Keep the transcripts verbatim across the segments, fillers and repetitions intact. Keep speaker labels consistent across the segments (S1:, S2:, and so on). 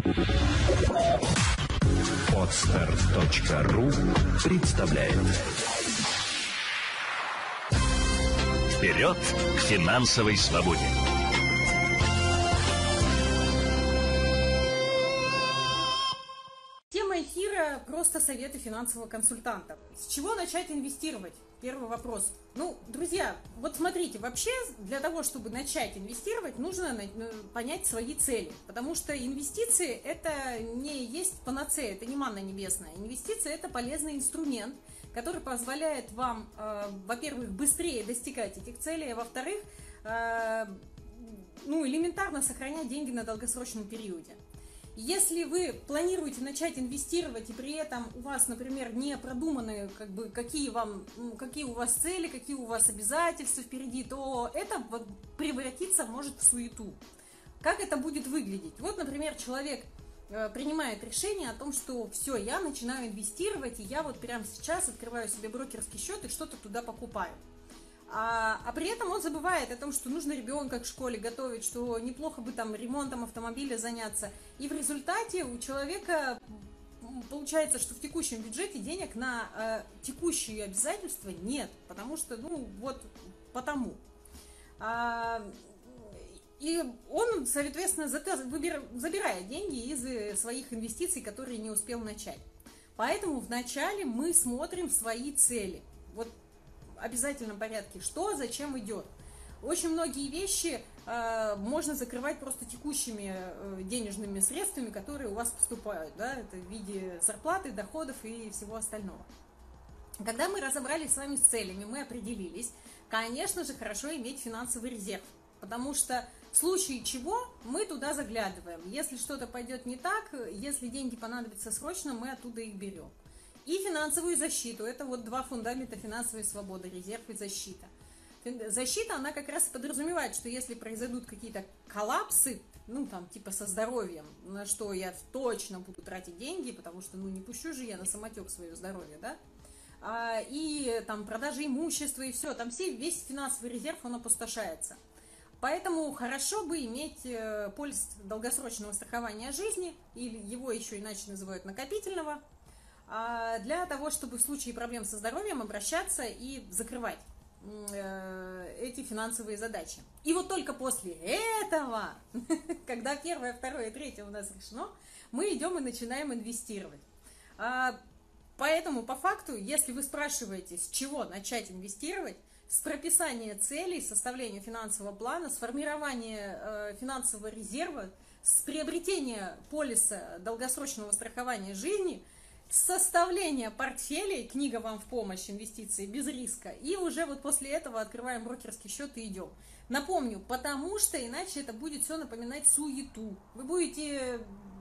S1: Подстер точка ру представляет. Вперед к финансовой свободе!
S2: Тема эфира – просто советы финансового консультанта. С чего начать инвестировать? Первый вопрос. Ну, друзья, вот смотрите, вообще для того, чтобы начать инвестировать, нужно понять свои цели. Потому что инвестиции – это не есть панацея, это не манна небесная. Инвестиции – это полезный инструмент, который позволяет вам, э, во-первых, быстрее достигать этих целей, а во-вторых, э, ну, элементарно сохранять деньги на долгосрочном периоде. Если вы планируете начать инвестировать и при этом у вас, например, не продуманы, как бы, какие, вам, какие у вас цели, какие у вас обязательства впереди, то это превратиться может в суету. Как это будет выглядеть? Вот, например, человек принимает решение о том, что все, я начинаю инвестировать, и я вот прямо сейчас открываю себе брокерский счет и что-то туда покупаю. А, а при этом он забывает о том, что нужно ребенка к школе готовить, что неплохо бы там ремонтом автомобиля заняться. И в результате у человека получается, что в текущем бюджете денег на э, текущие обязательства нет, потому что, ну, вот потому. А, и он, соответственно, забирает деньги из своих инвестиций, которые не успел начать. Поэтому вначале мы смотрим свои цели. Вот в обязательном порядке, что, зачем идет. Очень многие вещи э, можно закрывать просто текущими э, денежными средствами, которые у вас поступают, да, это в виде зарплаты, доходов и всего остального. Когда мы разобрались с вами с целями, мы определились, конечно же, хорошо иметь финансовый резерв, потому что в случае чего мы туда заглядываем. Если что-то пойдет не так, если деньги понадобятся срочно, мы оттуда их берем. И финансовую защиту. Это вот два фундамента финансовой свободы, резерв и защита. Защита, она как раз подразумевает, что если произойдут какие-то коллапсы, ну, там, типа со здоровьем, на что я точно буду тратить деньги, потому что, ну, не пущу же я на самотек свое здоровье, да, а, и там продажа имущества и все, там все, весь финансовый резерв, он опустошается. Поэтому хорошо бы иметь полис долгосрочного страхования жизни, или его еще иначе называют накопительного, для того, чтобы в случае проблем со здоровьем обращаться и закрывать эти финансовые задачи. И вот только после этого, когда первое, второе и третье у нас решено, мы идем и начинаем инвестировать. Поэтому, по факту, если вы спрашиваете, с чего начать инвестировать, с прописания целей, составления финансового плана, с формирования финансового резерва, с приобретения полиса долгосрочного страхования жизни, составление портфелей, книга вам в помощь, инвестиции без риска, и уже вот после этого открываем брокерский счет и идем. Напомню, потому что иначе это будет все напоминать суету. Вы будете,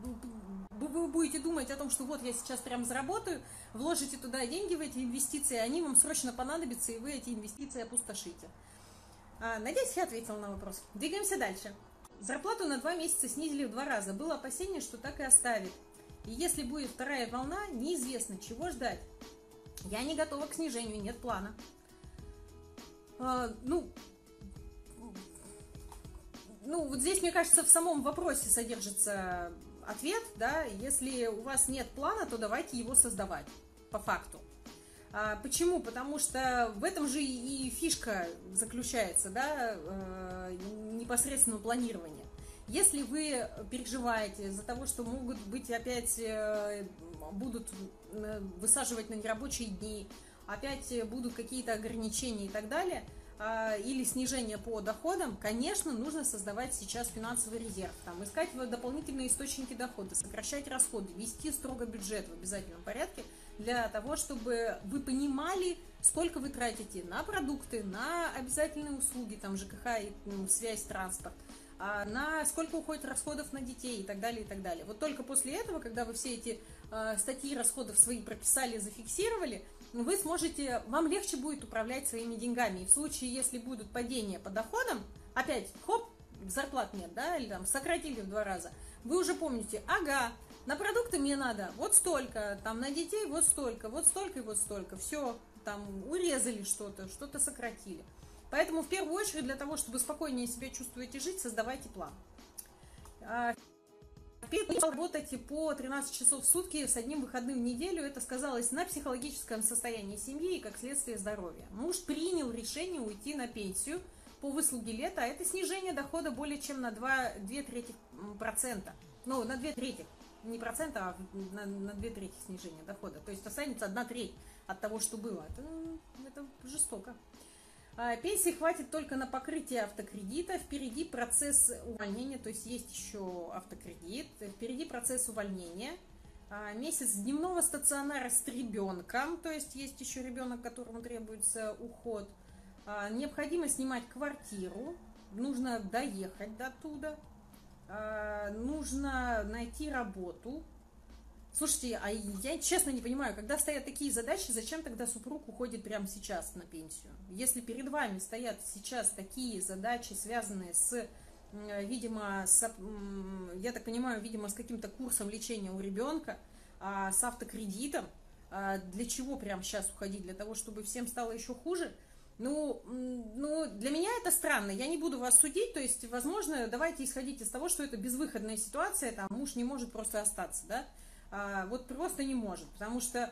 S2: вы будете думать о том, что вот я сейчас прям заработаю, вложите туда деньги в эти инвестиции, они вам срочно понадобятся, и вы эти инвестиции опустошите. Надеюсь, я ответила на вопрос. Двигаемся дальше. Зарплату на два месяца снизили в два раза. Было опасение, что так и оставит. И если будет вторая волна, неизвестно, чего ждать. Я не готова к снижению, нет плана. А, ну, ну, вот здесь, мне кажется, в самом вопросе содержится ответ, да. Если у вас нет плана, то давайте его создавать, по факту. А, почему? Потому что в этом же и фишка заключается, да, э, непосредственного планирования. Если вы переживаете из-за того, что могут быть опять, будут высаживать на нерабочие дни, опять будут какие-то ограничения и так далее, или снижение по доходам, конечно, нужно создавать сейчас финансовый резерв, там, искать дополнительные источники дохода, сокращать расходы, вести строго бюджет в обязательном порядке, для того, чтобы вы понимали, сколько вы тратите на продукты, на обязательные услуги, там, ЖКХ, ну, связь, транспорт, на сколько уходит расходов на детей и так далее, и так далее. Вот только после этого, когда вы все эти э, статьи расходов свои прописали, зафиксировали, вы сможете, вам легче будет управлять своими деньгами. И в случае, если будут падения по доходам, опять, хоп, зарплат нет, да, или там сократили в два раза, вы уже помните, ага, на продукты мне надо вот столько, там на детей вот столько, вот столько и вот столько, все, там урезали что-то, что-то сократили. Поэтому в первую очередь для того, чтобы спокойнее себя чувствовать и жить, создавайте план. Теперь работать по тринадцать часов в сутки с одним выходным в неделю. Это сказалось на психологическом состоянии семьи и, как следствие, здоровья. Муж принял решение уйти на пенсию по выслуге лет, а это снижение дохода более чем на две трети процента. Ну, на две трети. Не процента, а на, на две трети снижения дохода. То есть останется одна треть от того, что было. Это, это жестоко. Пенсии хватит только на покрытие автокредита. Впереди процесс увольнения, то есть есть еще автокредит. Впереди процесс увольнения. Месяц дневного стационара с ребенком, то есть есть еще ребенок, которому требуется уход. Необходимо снимать квартиру, нужно доехать до туда, нужно найти работу. Слушайте, а я честно не понимаю, когда стоят такие задачи, зачем тогда супруг уходит прямо сейчас на пенсию? Если перед вами стоят сейчас такие задачи, связанные с, видимо, с, я так понимаю, видимо, с каким-то курсом лечения у ребенка, с автокредитом, для чего прямо сейчас уходить? Для того, чтобы всем стало еще хуже? Ну, ну, для меня это странно, я не буду вас судить, то есть, возможно, давайте исходить из того, что это безвыходная ситуация, там, муж не может просто остаться, да? А, вот просто не может, потому что,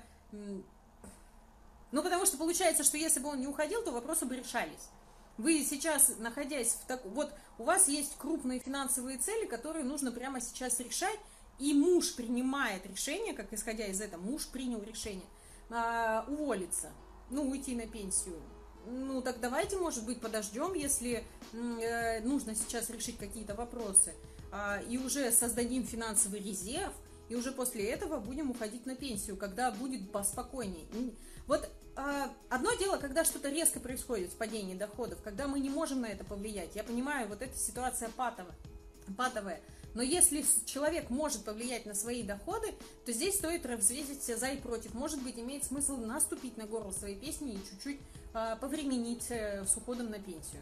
S2: ну, потому что получается, что если бы он не уходил, то вопросы бы решались. Вы сейчас, находясь в таком, вот у вас есть крупные финансовые цели, которые нужно прямо сейчас решать, и муж принимает решение, как исходя из этого, муж принял решение а, уволиться, ну, уйти на пенсию. Ну, так давайте, может быть, подождем, если э, нужно сейчас решить какие-то вопросы, э, и уже создадим финансовый резерв, и уже после этого будем уходить на пенсию, когда будет поспокойнее. Вот э, одно дело, когда что-то резко происходит в падении доходов, когда мы не можем на это повлиять. Я понимаю, вот эта ситуация патовая, патовая. Но если человек может повлиять на свои доходы, то здесь стоит взвесить все за и против. Может быть, имеет смысл наступить на горло своей песни и чуть-чуть э, повременить э, с уходом на пенсию.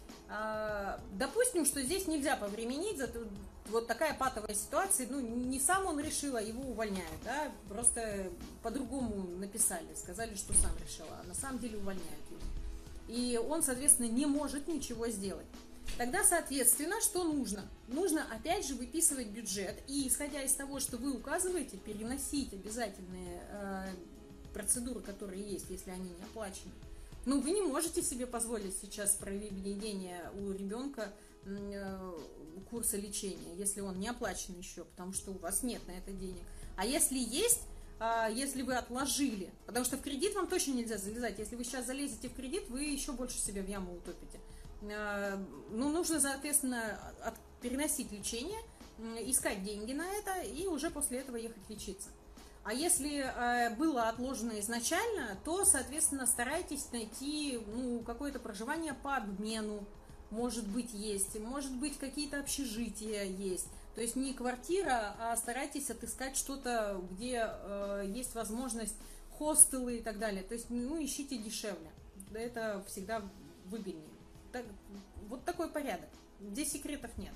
S2: Э, допустим, что здесь нельзя повременить, зато вот такая патовая ситуация, ну, не сам он решил, а его увольняют, да, просто по-другому написали, сказали, что сам решил, а на самом деле увольняют его. И он, соответственно, не может ничего сделать. Тогда, соответственно, что нужно? Нужно, опять же, выписывать бюджет и, исходя из того, что вы указываете, переносить обязательные э, процедуры, которые есть, если они не оплачены. Ну, вы не можете себе позволить сейчас проведение у ребенка э, курса лечения, если он не оплачен еще, потому что у вас нет на это денег. А если есть, э, если вы отложили, потому что в кредит вам точно нельзя залезать, если вы сейчас залезете в кредит, вы еще больше себя в яму утопите. Ну, нужно, соответственно, от, переносить лечение, искать деньги на это и уже после этого ехать лечиться. А если э, было отложено изначально, то, соответственно, старайтесь найти ну, какое-то проживание по обмену, может быть, есть, может быть, какие-то общежития есть. То есть не квартира, а старайтесь отыскать что-то, где э, есть возможность хостелы и так далее. То есть, ну, ищите дешевле. Это всегда выгоднее. Так, вот такой порядок. Здесь секретов нет.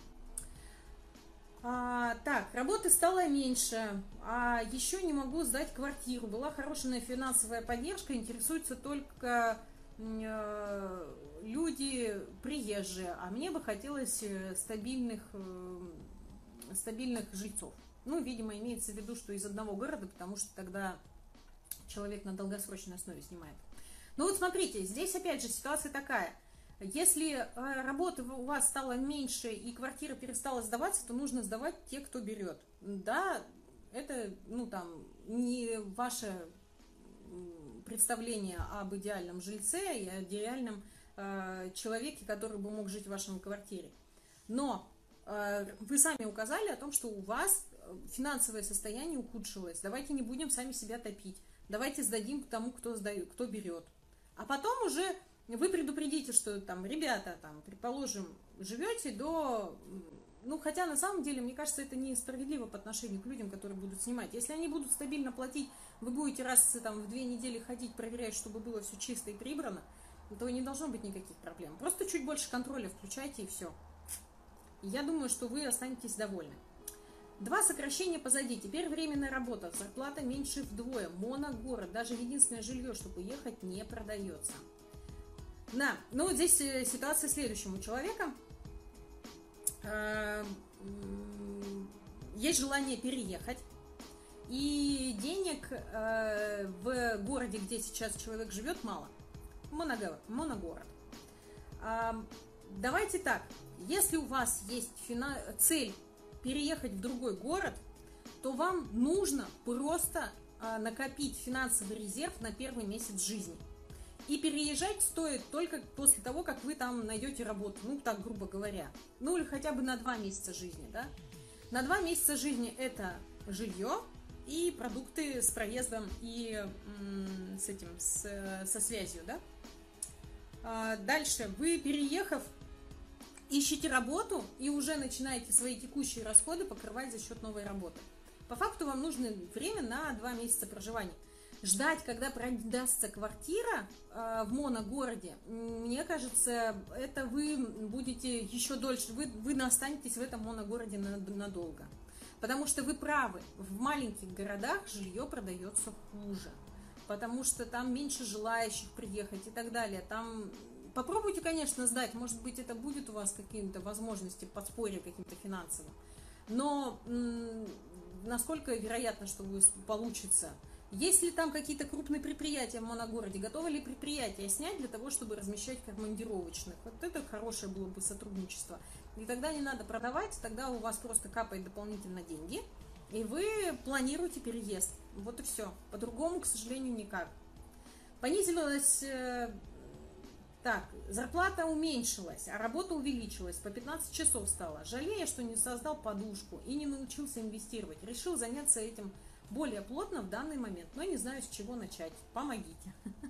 S2: А, так, работы стало меньше. А еще не могу сдать квартиру. Была хорошая финансовая поддержка. Интересуются только э, люди приезжие. А мне бы хотелось стабильных, э, стабильных жильцов. Ну, видимо, имеется в виду, что из одного города, потому что тогда человек на долгосрочной основе снимает. Ну вот смотрите, здесь опять же ситуация такая. Если работы у вас стало меньше и квартира перестала сдаваться, то нужно сдавать те, кто берет. Да, это, ну, там, не ваше представление об идеальном жильце и о идеальном э, человеке, который бы мог жить в вашей квартире. Но э, вы сами указали о том, что у вас финансовое состояние ухудшилось. Давайте не будем сами себя топить. Давайте сдадим к тому, кто сдает, кто берет. А потом уже вы предупредите, что там, ребята, там, предположим, живете до... Ну, хотя на самом деле, мне кажется, это несправедливо по отношению к людям, которые будут снимать. Если они будут стабильно платить, вы будете раз там, в две недели ходить, проверять, чтобы было все чисто и прибрано, то не должно быть никаких проблем. Просто чуть больше контроля включайте и все. И я думаю, что вы останетесь довольны. Два сокращения позади. Теперь временная работа. Зарплата меньше вдвое. Моногород. Даже единственное жилье, чтобы уехать, не продается. Да, ну вот здесь ситуация следующая. У человека есть желание переехать, и денег э, в городе, где сейчас человек живет, мало. Моногород. моногород. А, давайте так, если у вас есть фина... цель переехать в другой город, то вам нужно просто а, накопить финансовый резерв на первый месяц жизни. И переезжать стоит только после того, как вы там найдете работу, ну так грубо говоря. Ну или хотя бы на два месяца жизни, да. На два месяца жизни это жилье и продукты с проездом и м, с этим, с, со связью, да. А дальше вы, переехав, ищете работу и уже начинаете свои текущие расходы покрывать за счет новой работы. По факту вам нужно время на два месяца проживания. Ждать, когда продастся квартира э, в моногороде, мне кажется, это вы будете еще дольше, вы, вы останетесь в этом моногороде надолго. Потому что вы правы, в маленьких городах жилье продается хуже, потому что там меньше желающих приехать и так далее. Там попробуйте, конечно, сдать, может быть, это будет у вас какие-то возможности подспорья каким-то финансовым, но м- насколько вероятно, что вы получится? Есть ли там какие-то крупные предприятия в моногороде? Готовы ли предприятия снять для того, чтобы размещать командировочных? Вот это хорошее было бы сотрудничество. И тогда не надо продавать, тогда у вас просто капает дополнительно деньги, и вы планируете переезд. Вот и все. По-другому, к сожалению, никак. Понизилась... Э, так, зарплата уменьшилась, а работа увеличилась, по пятнадцать часов стало. Жалею, что не создал подушку и не научился инвестировать. Решил заняться этим более плотно в данный момент, но не знаю, с чего начать. Помогите.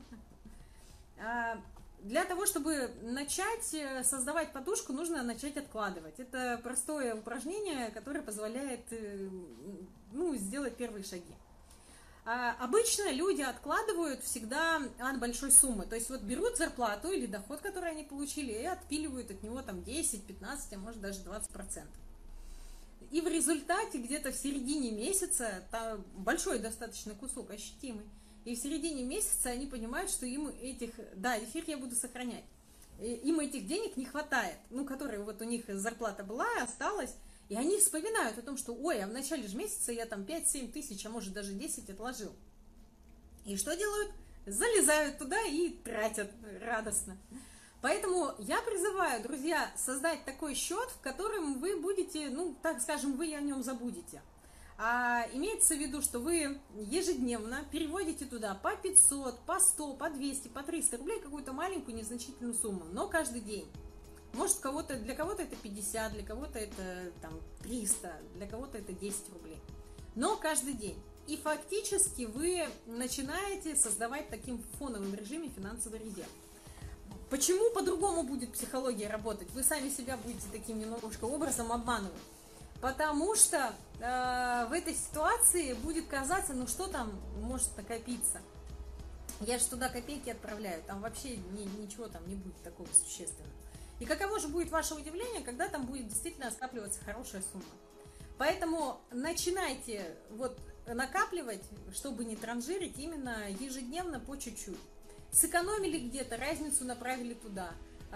S2: Для того, чтобы начать создавать подушку, нужно начать откладывать. Это простое упражнение, которое позволяет, ну, сделать первые шаги. Обычно люди откладывают всегда от большой суммы. То есть вот берут зарплату или доход, который они получили, и отпиливают от него там десять, пятнадцать, а может даже двадцать процентов. И в результате где-то в середине месяца, там большой достаточно кусок, ощутимый, и в середине месяца они понимают, что им этих, да, эфир я буду сохранять, им этих денег не хватает, ну, которые вот у них зарплата была, осталась, и они вспоминают о том, что, ой, а в начале же месяца я там пять-семь тысяч, а может даже десять отложил. И что делают? Залезают туда и тратят радостно. Поэтому я призываю, друзья, создать такой счет, в котором вы будете, ну, так скажем, вы о нем забудете. А имеется в виду, что вы ежедневно переводите туда по пятьсот, по сто, по двести, по триста рублей, какую-то маленькую незначительную сумму, но каждый день. Может, кого-то, для кого-то это пятьдесят, для кого-то это там, триста, для кого-то это десять рублей. Но каждый день. И фактически вы начинаете создавать таким фоновым режиме финансовый резерв. Почему по-другому будет психология работать? Вы сами себя будете таким немножко образом обманывать. Потому что э, в этой ситуации будет казаться, ну что там может накопиться. Я же туда копейки отправляю, там вообще ни, ничего там не будет такого существенного. И каково же будет ваше удивление, когда там будет действительно скапливаться хорошая сумма. Поэтому начинайте вот накапливать, чтобы не транжирить, именно ежедневно по чуть-чуть. Сэкономили где-то, разницу направили туда.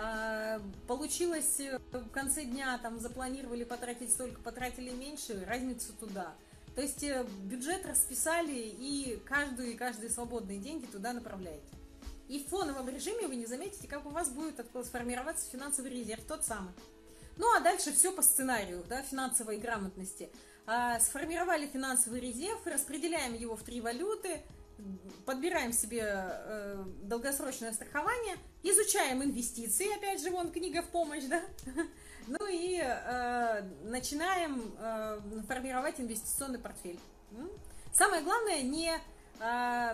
S2: Получилось в конце дня, там запланировали потратить столько, потратили меньше, разницу туда. То есть бюджет расписали и каждую и каждые свободные деньги туда направляете. И в фоновом режиме вы не заметите, как у вас будет сформироваться финансовый резерв, тот самый. Ну а дальше все по сценарию, да, финансовой грамотности. Сформировали финансовый резерв, распределяем его в три валюты, подбираем себе э, долгосрочное страхование, изучаем инвестиции, опять же, вон книга в помощь, да, ну и э, начинаем э, формировать инвестиционный портфель. Самое главное не э,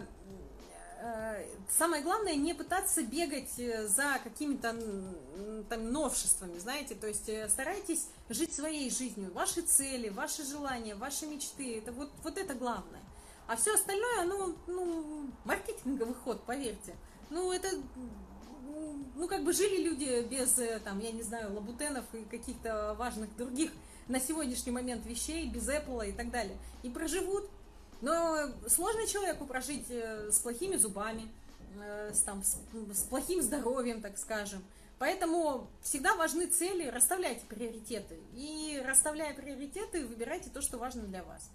S2: э, самое главное не пытаться бегать за какими-то там новшествами, знаете, то есть старайтесь жить своей жизнью, ваши цели, ваши желания, ваши мечты, это вот, вот это главное. А все остальное, ну, ну, маркетинговый ход, поверьте. Ну, это, ну, как бы жили люди без, там, я не знаю, лабутенов и каких-то важных других на сегодняшний момент вещей, без Apple и так далее. И проживут. Но сложно человеку прожить с плохими зубами, с, там, с, с плохим здоровьем, так скажем. Поэтому всегда важны цели, расставляйте приоритеты. И расставляя приоритеты, выбирайте то, что важно для вас.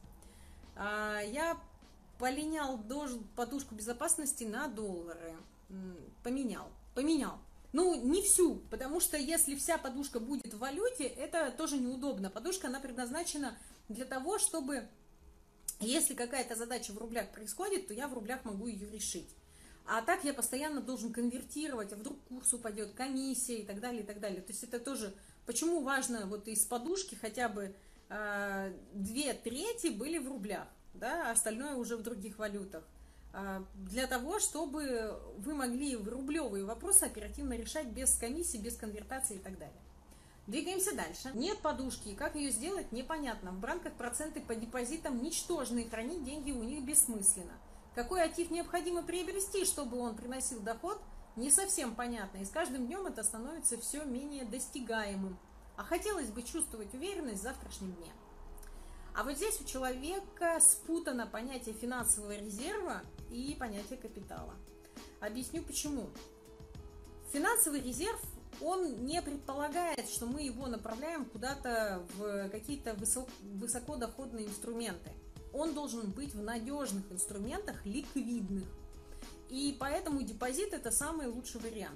S2: Я полинял подушку безопасности на доллары. Поменял. Поменял. Ну, не всю, потому что если вся подушка будет в валюте, это тоже неудобно. Подушка, она предназначена для того, чтобы, если какая-то задача в рублях происходит, то я в рублях могу ее решить. А так я постоянно должен конвертировать, а вдруг курс упадет, комиссия и так далее, и так далее. То есть это тоже, почему важно вот из подушки хотя бы э, две трети были в рублях, да, а остальное уже в других валютах. Э, для того, чтобы вы могли рублевые вопросы оперативно решать без комиссии, без конвертации и так далее. Двигаемся дальше. Нет подушки, как ее сделать, непонятно. В банках проценты по депозитам ничтожные, хранить деньги у них бессмысленно. Какой актив необходимо приобрести, чтобы он приносил доход, не совсем понятно. И с каждым днем это становится все менее достигаемым. А хотелось бы чувствовать уверенность в завтрашнем дне. А вот здесь у человека спутано понятие финансового резерва и понятие капитала. Объясню почему. Финансовый резерв, он не предполагает, что мы его направляем куда-то в какие-то высокодоходные инструменты. Он должен быть в надежных инструментах, ликвидных. И поэтому депозит – это самый лучший вариант.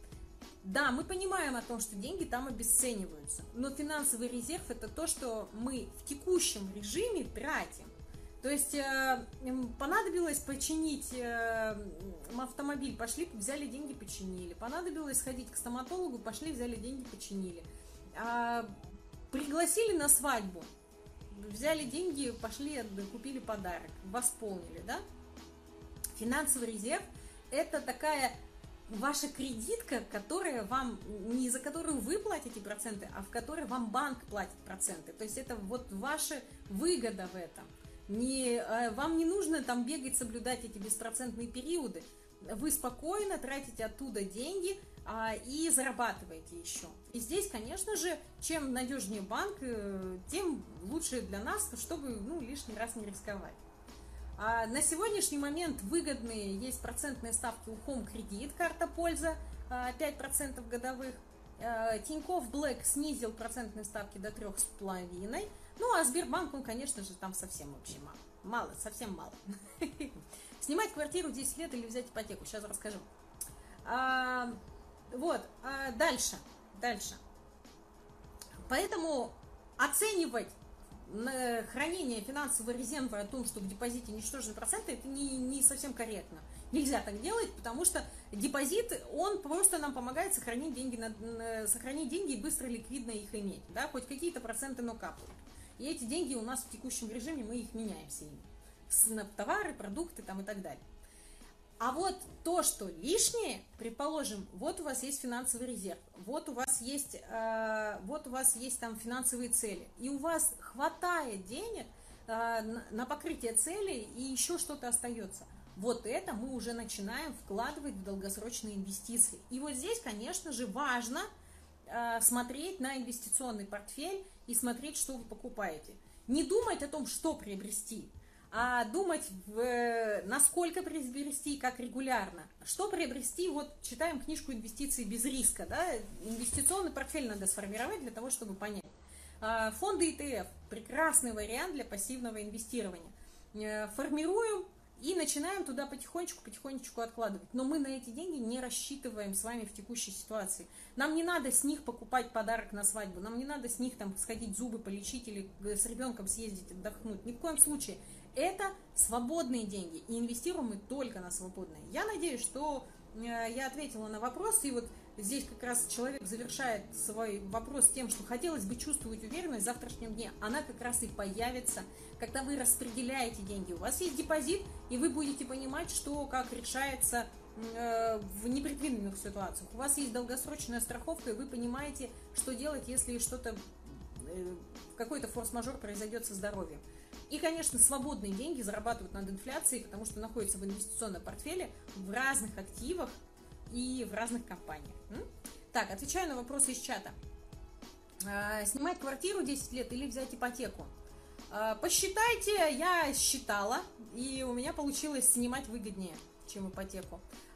S2: Да, мы понимаем о том, что деньги там обесцениваются, но финансовый резерв – это то, что мы в текущем режиме тратим. То есть э, понадобилось починить э, автомобиль, пошли, взяли деньги, починили. Понадобилось сходить к стоматологу, пошли, взяли деньги, починили. А, пригласили на свадьбу. Взяли деньги, пошли, купили подарок, восполнили, да? Финансовый резерв – это такая ваша кредитка, которая вам, не за которую вы платите проценты, а в которой вам банк платит проценты. То есть это вот ваша выгода в этом. Не, вам не нужно там бегать, соблюдать эти беспроцентные периоды. Вы спокойно тратите оттуда деньги а, и зарабатываете еще. И здесь, конечно же, чем надежнее банк, тем лучше для нас, чтобы ну, лишний раз не рисковать. А на сегодняшний момент выгодные есть процентные ставки у Home Credit, карта польза, пять процентов годовых. Тинькофф Блэк снизил процентные ставки до три с половиной. Ну, а Сбербанк, он, конечно же, там совсем вообще мало. Мало, совсем мало. Снимать квартиру десять лет или взять ипотеку? Сейчас расскажу. А, вот, а дальше, дальше. Поэтому оценивать хранение финансового резерва о том, что в депозите ничтожные проценты, это не, не совсем корректно. Нельзя так делать, потому что депозит, он просто нам помогает сохранить деньги, сохранить деньги и быстро ликвидно их иметь. Да? Хоть какие-то проценты, но капают. И эти деньги у нас в текущем режиме, мы их меняем все на товары, продукты там, и так далее. А вот то, что лишнее, предположим, вот у вас есть финансовый резерв, вот у вас есть, э, вот у вас есть там финансовые цели, и у вас хватает денег э, на, на покрытие целей, и еще что-то остается. Вот это мы уже начинаем вкладывать в долгосрочные инвестиции. И вот здесь, конечно же, важно э, смотреть на инвестиционный портфель и смотреть, что вы покупаете. Не думать о том, что приобрести, а думать, в, насколько приобрести и как регулярно. Что приобрести, вот читаем книжку «Инвестиции без риска». Да? Инвестиционный портфель надо сформировать для того, чтобы понять. Фонды и тэ эф – прекрасный вариант для пассивного инвестирования. Формируем и начинаем туда потихонечку-потихонечку откладывать. Но мы на эти деньги не рассчитываем с вами в текущей ситуации. Нам не надо с них покупать подарок на свадьбу, нам не надо с них там сходить зубы полечить или с ребенком съездить отдохнуть. Ни в коем случае. Это свободные деньги, и инвестируем мы только на свободные. Я надеюсь, что я ответила на вопрос, и вот здесь как раз человек завершает свой вопрос тем, что хотелось бы чувствовать уверенность в завтрашнем дне. Она как раз и появится, когда вы распределяете деньги. У вас есть депозит, и вы будете понимать, что как решается в непредвиденных ситуациях. У вас есть долгосрочная страховка, и вы понимаете, что делать, если что-то, какой-то форс-мажор произойдет со здоровьем. И, конечно, свободные деньги зарабатывают над инфляцией, потому что находятся в инвестиционном портфеле в разных активах и в разных компаниях. Так, отвечаю на вопросы из чата. Снимать квартиру десять лет или взять ипотеку? Посчитайте, я считала, и у меня получилось снимать выгоднее, чем ипотеку.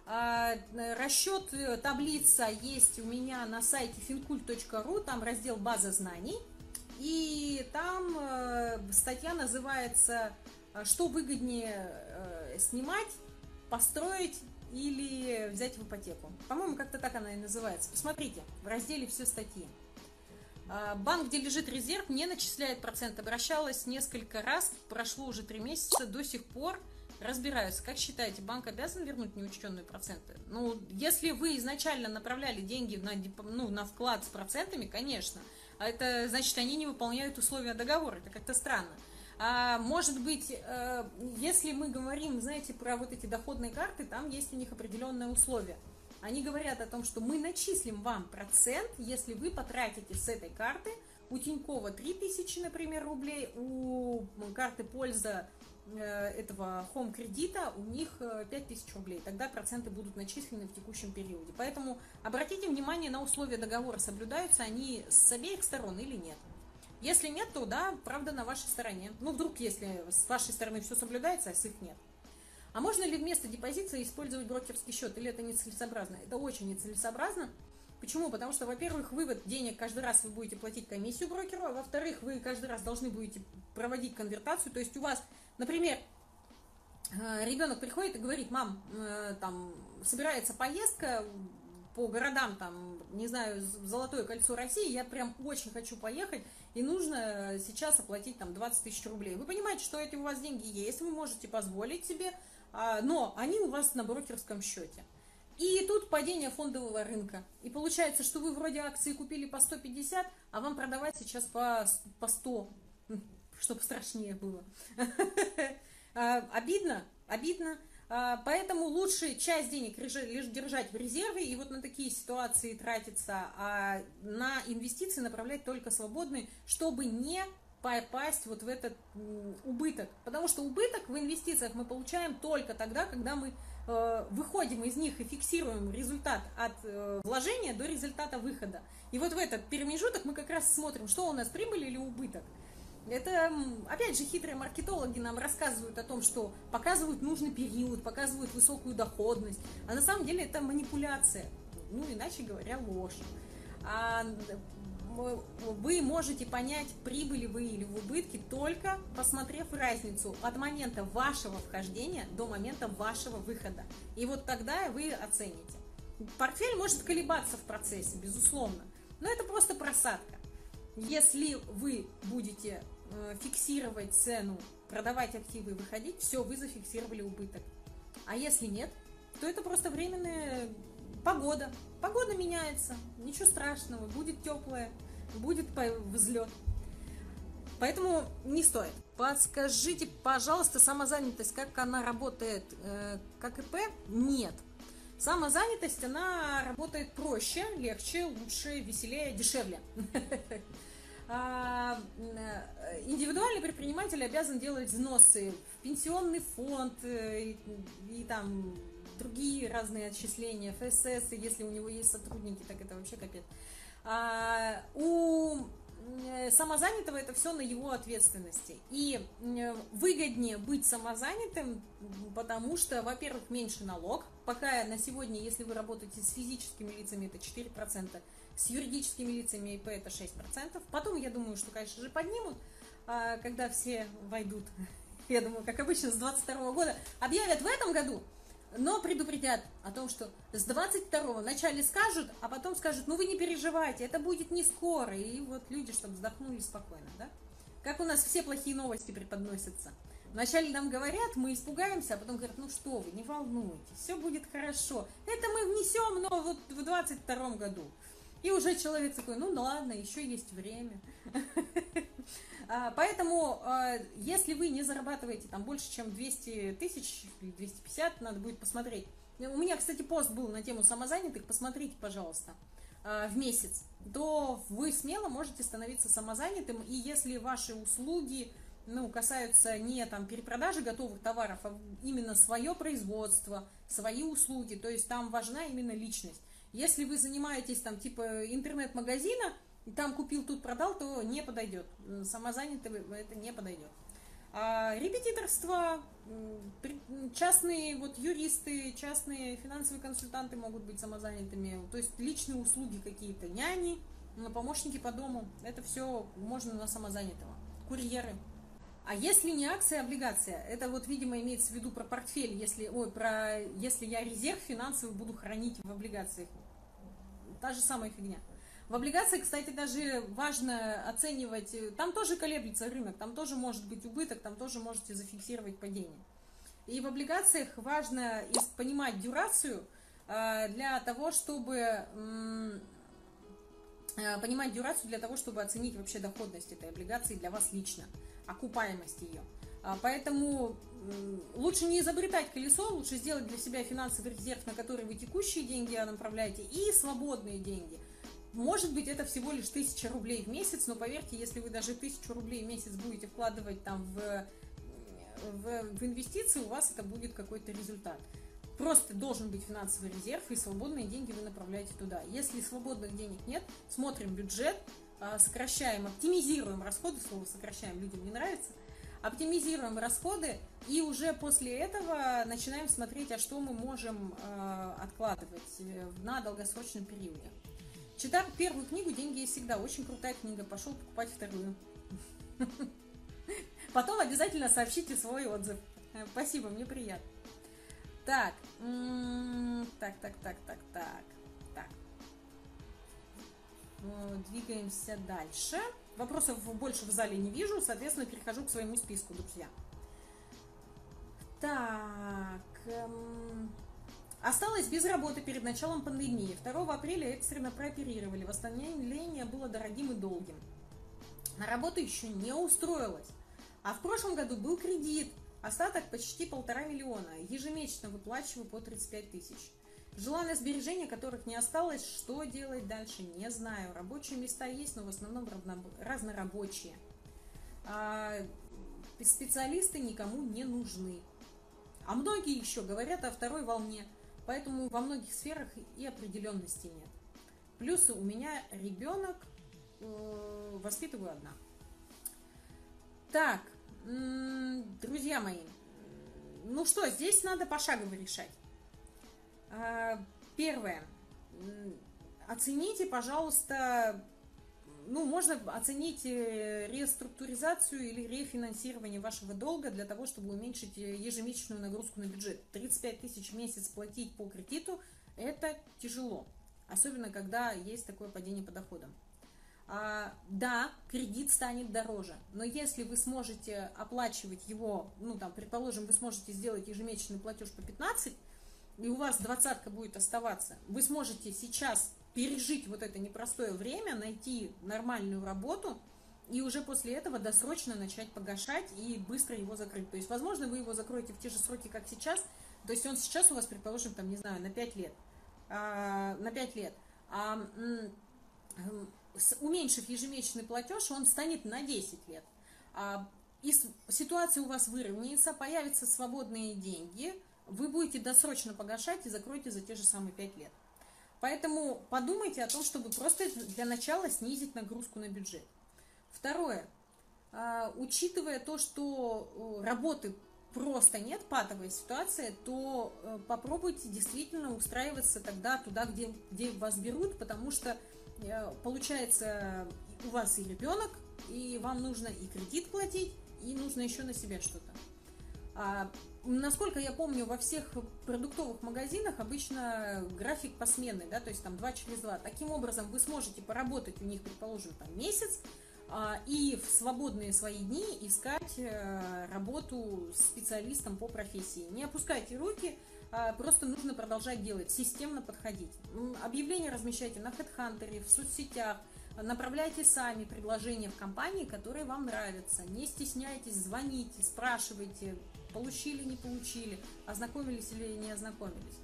S2: Расчет, таблица есть у меня на сайте финкульт точка ру, там раздел «База знаний». И там э, статья называется «Что выгоднее э, снимать, построить или взять в ипотеку». По-моему, как-то так она и называется. Посмотрите, в разделе все статьи. Э, банк, где лежит резерв, не начисляет процент. Обращалась несколько раз, прошло уже три месяца, до сих пор разбираются. Как считаете, банк обязан вернуть неучтенные проценты? Ну, если вы изначально направляли деньги на, ну, на вклад с процентами, конечно. А это значит, они не выполняют условия договора. Это как-то странно. А может быть, э, если мы говорим, знаете, про вот эти доходные карты, там есть у них определенные условия. Они говорят о том, что мы начислим вам процент, если вы потратите с этой карты. У Тинькова три тысячи, например, рублей, у карты «Польза» этого Home кредита у них пять тысяч рублей. Тогда проценты будут начислены в текущем периоде. Поэтому обратите внимание на условия договора, соблюдаются они с обеих сторон или нет. Если нет, то да, правда на вашей стороне. Ну, вдруг, если с вашей стороны все соблюдается, а с их нет. А можно ли вместо депозита использовать брокерский счет? Или это нецелесообразно? Это очень нецелесообразно. Почему? Потому что, во-первых, вывод денег каждый раз вы будете платить комиссию брокеру, а во-вторых, вы каждый раз должны будете проводить конвертацию. То есть у вас, например, ребенок приходит и говорит: мам, там собирается поездка по городам, там, не знаю, Золотое кольцо России, я прям очень хочу поехать, и нужно сейчас оплатить там двадцать тысяч рублей. Вы понимаете, что эти у вас деньги есть, вы можете позволить себе, но они у вас на брокерском счете. И тут падение фондового рынка. И получается, что вы вроде акции купили по сто пятьдесят, а вам продавать сейчас по, по сто, чтобы страшнее было. Обидно, обидно. Поэтому лучше часть денег лишь держать в резерве и вот на такие ситуации тратиться, а на инвестиции направлять только свободные, чтобы не попасть вот в этот убыток. Потому что убыток в инвестициях мы получаем только тогда, когда мы э, выходим из них и фиксируем результат от э, вложения до результата выхода. И вот в этот промежуток мы как раз смотрим, что у нас, прибыль или убыток. Это, опять же, хитрые маркетологи нам рассказывают о том, что показывают нужный период, показывают высокую доходность. А на самом деле это манипуляция. Ну, иначе говоря, ложь. А вы можете понять, прибыли вы или в убытке, только посмотрев разницу от момента вашего вхождения до момента вашего выхода. И вот тогда вы оцените. Портфель может колебаться в процессе, безусловно, но это просто просадка. Если вы будете фиксировать цену, продавать активы и выходить, все, вы зафиксировали убыток. А если нет, то это просто временная погода. Погода меняется, ничего страшного, будет теплая, будет взлет. Поэтому не стоит. Подскажите, пожалуйста, самозанятость, как она работает, э, как ИП? Нет. Самозанятость, она работает проще, легче, лучше, веселее, дешевле. Индивидуальный предприниматель обязан делать взносы в пенсионный фонд и, и там другие разные отчисления, эф эс эс, если у него есть сотрудники, так это вообще капец. А, у самозанятого это все на его ответственности. И выгоднее быть самозанятым, потому что, во-первых, меньше налог. Пока на сегодня, если вы работаете с физическими лицами, это четыре процента, с юридическими лицами ИП это шесть процентов. Потом, я думаю, что, конечно же, поднимут, когда все войдут. Я думаю, как обычно, с двадцать второго года объявят в этом году, но предупредят о том, что с двадцать второго вначале скажут, а потом скажут: ну вы не переживайте, это будет не скоро. И вот люди, чтобы вздохнули спокойно, да? Как у нас все плохие новости преподносятся. Вначале нам говорят, мы испугаемся, а потом говорят: ну что вы, не волнуйтесь, все будет хорошо. Это мы внесем, но вот в двадцать втором году. И уже человек такой: ну ладно, еще есть время. Поэтому, если вы не зарабатываете там больше, чем двести тысяч или двести пятьдесят, надо будет посмотреть. У меня, кстати, пост был на тему самозанятых, посмотрите, пожалуйста, в месяц, то вы смело можете становиться самозанятым. И если ваши услуги, ну, касаются не там перепродажи готовых товаров, а именно свое производство, свои услуги, то есть там важна именно личность. Если вы занимаетесь там типа интернет-магазина, там купил, тут продал, то не подойдет. Самозанятый это не подойдет. А репетиторство, частные вот юристы, частные финансовые консультанты могут быть самозанятыми, то есть личные услуги какие-то, няни, помощники по дому, это все можно на самозанятого, курьеры. А если не акция, облигация, это вот, видимо, имеется в виду про портфель, если, ой, про, если я резерв финансовый буду хранить в облигациях, та же самая фигня. В облигациях, кстати, даже важно оценивать, там тоже колеблется рынок, там тоже может быть убыток, там тоже можете зафиксировать падение. И в облигациях важно понимать дюрацию для того, чтобы понимать дюрацию для того, чтобы оценить вообще доходность этой облигации для вас лично, окупаемость ее. Поэтому лучше не изобретать колесо, лучше сделать для себя финансовый резерв, на который вы текущие деньги направляете, и свободные деньги. Может быть, это всего лишь тысяча рублей в месяц, но поверьте, если вы даже тысячу рублей в месяц будете вкладывать там в, в, в инвестиции, у вас это будет какой-то результат. Просто должен быть финансовый резерв, и свободные деньги вы направляете туда. Если свободных денег нет, смотрим бюджет, сокращаем, оптимизируем расходы, слово сокращаем людям не нравится, оптимизируем расходы, и уже после этого начинаем смотреть, а что мы можем откладывать на долгосрочном периоде. Читал первую книгу «Деньги есть всегда». Очень крутая книга. Пошел покупать вторую. Потом обязательно сообщите свой отзыв. Спасибо, мне приятно. Так. Так, так, так, так, так. Так. Двигаемся дальше. Вопросов больше в зале не вижу, соответственно, перехожу к своему списку, друзья. Так. Осталась без работы перед началом пандемии. второго апреля экстренно прооперировали. Восстановление было дорогим и долгим. На работу еще не устроилась. А в прошлом году был кредит. Остаток почти полтора миллиона. Ежемесячно выплачиваю по тридцать пять тысяч. Жила на сбережения, которых не осталось. Что делать дальше, не знаю. Рабочие места есть, но в основном разнорабочие. А специалисты никому не нужны. А многие еще говорят о второй волне. Поэтому во многих сферах и определенности нет. Плюс у меня ребенок, э, воспитываю одна. Так, м-м, друзья мои, ну что, здесь надо пошагово решать. Э, первое. Оцените, пожалуйста, ну, можно оценить реструктуризацию или рефинансирование вашего долга для того, чтобы уменьшить ежемесячную нагрузку на бюджет. тридцать пять тысяч в месяц платить по кредиту – это тяжело, особенно когда есть такое падение по доходам. А, да, кредит станет дороже, но если вы сможете оплачивать его, ну, там, предположим, вы сможете сделать ежемесячный платеж по пятнадцать, и у вас двадцатка будет оставаться, вы сможете сейчас пережить вот это непростое время, найти нормальную работу и уже после этого досрочно начать погашать и быстро его закрыть. То есть, возможно, вы его закроете в те же сроки, как сейчас. То есть он сейчас у вас, предположим, там, не знаю, на пять лет. А, на пять лет. А, с, уменьшив ежемесячный платеж, он станет на десять лет. А, и ситуация у вас выровняется, появятся свободные деньги, вы будете досрочно погашать и закроете за те же самые пять лет. Поэтому подумайте о том, чтобы просто для начала снизить нагрузку на бюджет. Второе. Учитывая то, что работы просто нет, патовая ситуация, то попробуйте действительно устраиваться тогда туда, где, где вас берут, потому что получается у вас и ребенок, и вам нужно и кредит платить, и нужно еще на себя что-то. Насколько я помню, во всех продуктовых магазинах обычно график посменный, да, то есть там два через два. Таким образом вы сможете поработать у них, предположим, там месяц, а, и в свободные свои дни искать а, работу с специалистом по профессии. Не опускайте руки, а, просто нужно продолжать делать, системно подходить. Объявления размещайте на HeadHunter, в соцсетях, направляйте сами предложения в компании, которые вам нравятся. Не стесняйтесь, звоните, спрашивайте, получили, не получили, ознакомились или не ознакомились.